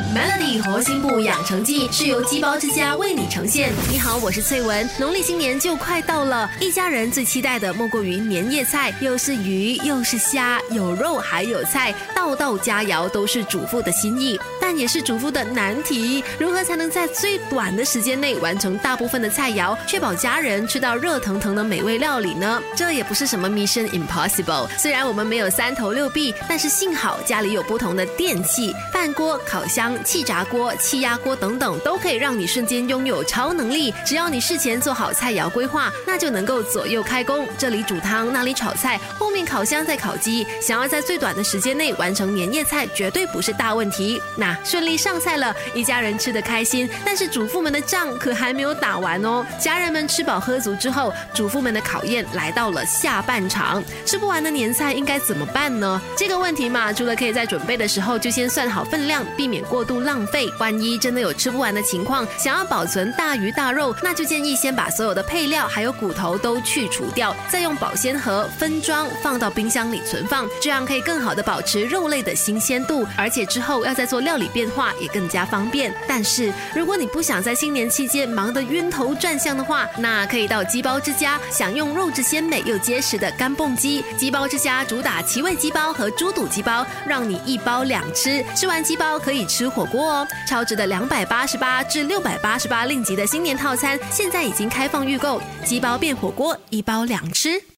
Melody 活心部养成记是由鸡包之家为你呈现。你好，我是翠文。农历新年就快到了，一家人最期待的莫过于年夜菜，又是鱼又是虾，有肉还有菜，道道佳肴都是主妇的心意，但也是主妇的难题。如何才能在最短的时间内完成大部分的菜肴，确保家人吃到热腾腾的美味料理呢？这也不是什么 Mission Impossible。虽然我们没有3头6臂，但是幸好家里有不同的电器，饭锅、烤箱、气炸锅、气压锅等等，都可以让你瞬间拥有超能力。只要你事前做好菜肴规划，那就能够左右开工，这里煮汤，那里炒菜，后面烤箱再烤鸡。想要在最短的时间内完成年夜菜，绝对不是大问题。那顺利上菜了，一家人吃得开心，但是主妇们的仗可还没有打完哦。家人们吃饱喝足之后，主妇们的考验来到了下半场。吃不完的年菜应该怎么办呢？这个问题嘛，除了可以在准备的时候就先算好分量，避免过度浪费，万一真的有吃不完的情况，想要保存大鱼大肉，那就建议先把所有的配料还有骨头都去除掉，再用保鲜盒分装放到冰箱里存放，这样可以更好的保持肉类的新鲜度，而且之后要再做料理变化也更加方便。但是如果你不想在新年期间忙得晕头转向的话，那可以到鸡包之家享用肉质鲜美又结实的干蹦鸡。鸡包之家主打奇味鸡包和猪肚鸡包，让你1包2吃，吃完鸡包可以吃火锅哦。超值的288至688令吉的新年套餐现在已经开放预购，鸡包变火锅1包2吃。